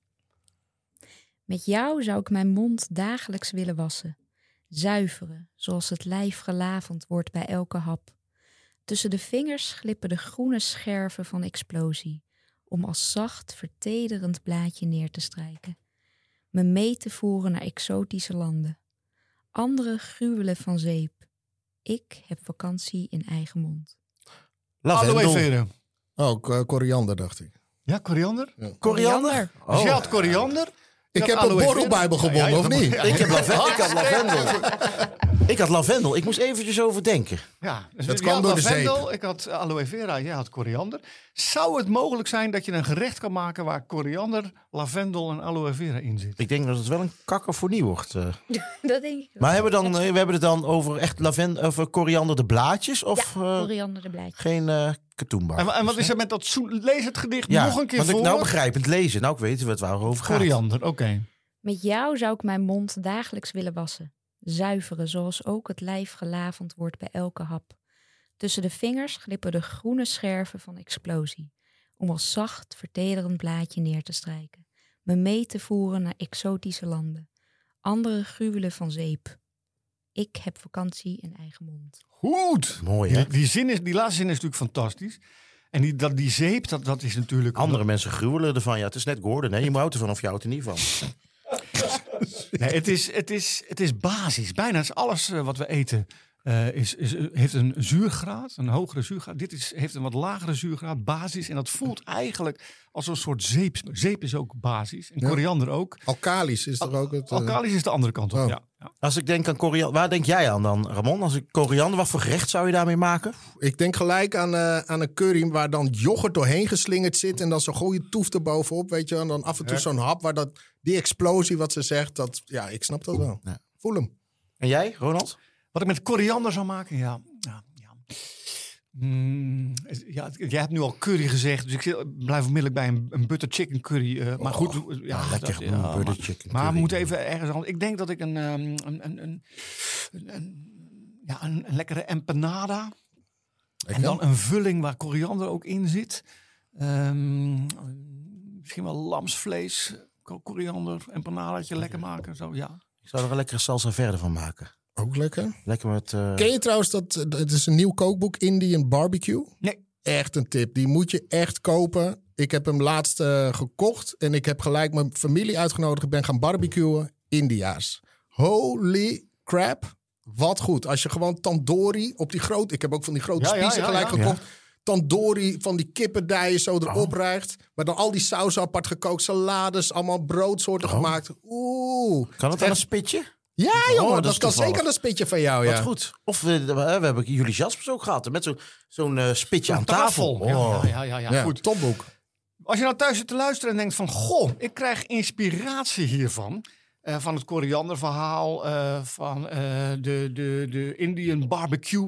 Met jou zou ik mijn mond dagelijks willen wassen. Zuiveren, zoals het lijf gelavend wordt bij elke hap. Tussen de vingers glippen de groene scherven van explosie, om als zacht, vertederend blaadje neer te strijken. Me mee te voeren naar exotische landen. Anderen gruwelen van zeep. Ik heb vakantie in eigen mond. Aloe Lavendel. vera. Oh, koriander dacht ik. Ja, Dus Ja. Koriander? Dus je had koriander. Ik heb een borrelbijbel gewonnen, of niet? Ik had lavendel. Ik had lavendel. Ik moest eventjes overdenken. Ja, dus Dat jij kwam had door de lavendel, zeep. ik had aloe vera, jij had koriander. Zou het mogelijk zijn dat je een gerecht kan maken waar koriander, lavendel en aloe vera in zit? Ik denk dat het wel een kakkerfonie wordt. Dat denk ik wel. Maar we hebben het dan over echt lavendel, over koriander de blaadjes? Of Koriander de blaadjes. geen katoenbar? En wat is er met dat lees het gedicht Ja, nog een keer want voor. ik nou begrijpend lezen. Nou, ik weet wat het waarover gaat. Koriander, oké. Met jou zou ik mijn mond dagelijks willen wassen. Zuiveren, zoals ook het lijf gelavend wordt bij elke hap. Tussen de vingers glippen de groene scherven van explosie, om als zacht, vertederend blaadje neer te strijken. Me mee te voeren naar exotische landen. Anderen gruwelen van zeep. Ik heb vakantie in eigen mond. Goed. Mooi, hè? Die laatste zin is natuurlijk fantastisch. En die zeep, dat is natuurlijk... Andere mensen gruwelen ervan. Ja, het is net Gordon, hè? Je moet houdt ervan of je houdt er niet van. Nee, het is basis. Bijna is alles wat we eten heeft een zuurgraad, een hogere zuurgraad. Dit heeft een wat lagere zuurgraad, basis. En dat voelt eigenlijk als een soort zeep. Zeep is ook basis. En koriander ook. Alkalisch is er ook het... Alkalisch is de andere kant op, Oh. ja. Als ik denk aan koriander, waar denk jij aan dan, Ramon? Als ik koriander, wat voor gerecht zou je daarmee maken? Ik denk gelijk aan een curry waar dan yoghurt doorheen geslingerd zit. En dan zo'n goede toef erbovenop, weet je. En dan af en toe zo'n hap waar die explosie wat ze zegt. Ja, ik snap dat wel. Ja. Voel hem. En jij, Ronald? Wat ik met koriander zou maken, ja. Jij hebt nu al curry gezegd, dus ik blijf onmiddellijk bij een butter chicken curry. Maar goed, lekker. Butter chicken maar we curry. moeten even ergens anders. Ik denk dat ik een lekkere empanada. Ik En dan wel. een vulling waar koriander ook in zit. Misschien wel lamsvlees, koriander, empanadaatje lekker maken. Zo, ja. Ik zou er een lekkere salsa verde van maken. Ook lekker. Lekker met... Ken je trouwens dat... Het is een nieuw kookboek, Indian Barbecue. Nee. Echt een tip. Die moet je echt kopen. Ik heb hem laatst gekocht. En ik heb gelijk mijn familie uitgenodigd. Ik ben gaan barbecuen. India's. Holy crap. Wat goed. Als je gewoon tandoori op die grote... Ik heb ook van die grote spiezen gelijk gekocht. Tandoori van die kippendijen zo erop rijgt. Maar dan al die sausen apart gekookt. Salades, allemaal broodsoorten gemaakt. Oeh. Kan het aan een spitje? Ja, jongen. dat Dat is kan toevallig. zeker een spitje van jou, ja. Wat goed. Of we hebben jullie Jaspers ook gehad. Met zo'n spitje aan tafel. Ja, goed. Topboek. Als je nou thuis zit te luisteren en denkt van... Goh, ik krijg inspiratie hiervan. Van het korianderverhaal. Van de Indian barbecue.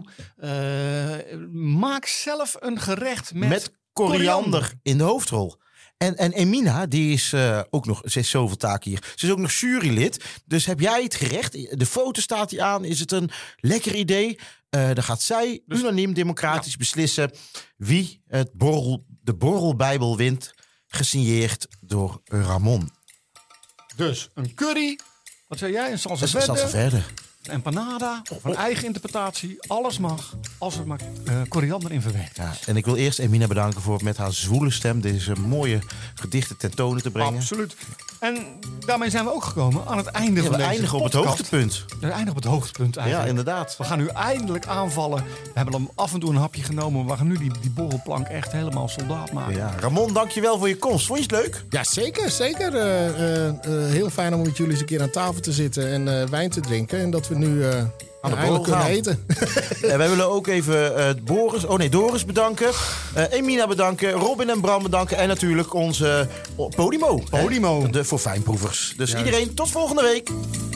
Maak zelf een gerecht met koriander in de hoofdrol. En Emina, die is ook nog... Ze heeft zoveel taken hier. Ze is ook nog jurylid. Dus heb jij het gerecht? De foto staat hier aan. Is het een lekker idee? Dan gaat zij unaniem democratisch beslissen... wie de borrelbijbel wint. Gesigneerd door Ramon. Dus een curry. Wat zei jij? Een salsa Dat is verde. Een empanada. Of een eigen interpretatie. Alles mag. Als er maar koriander in verwerkt. Ja, en ik wil eerst Emina bedanken voor met haar zwoele stem... deze mooie gedichten tentoon te brengen. Absoluut. En daarmee zijn we ook gekomen aan het einde van We deze eindigen op het podcast. hoogtepunt. We eindigen op het hoogtepunt Ja, eigenlijk. inderdaad. We gaan nu eindelijk aanvallen. We hebben hem af en toe een hapje genomen. We gaan nu die borrelplank echt helemaal soldaat maken. Ja, Ramon, dankjewel voor je komst. Vond je het leuk? Ja, zeker. Zeker. Heel fijn om met jullie eens een keer aan tafel te zitten en wijn te drinken. En dat we nu eindelijk kunnen gaan. eten. Wij willen ook even Doris bedanken. Emina bedanken. Robin en Bram bedanken. En natuurlijk onze Podimo. Podimo. Voor fijnproevers. Dus iedereen, tot volgende week.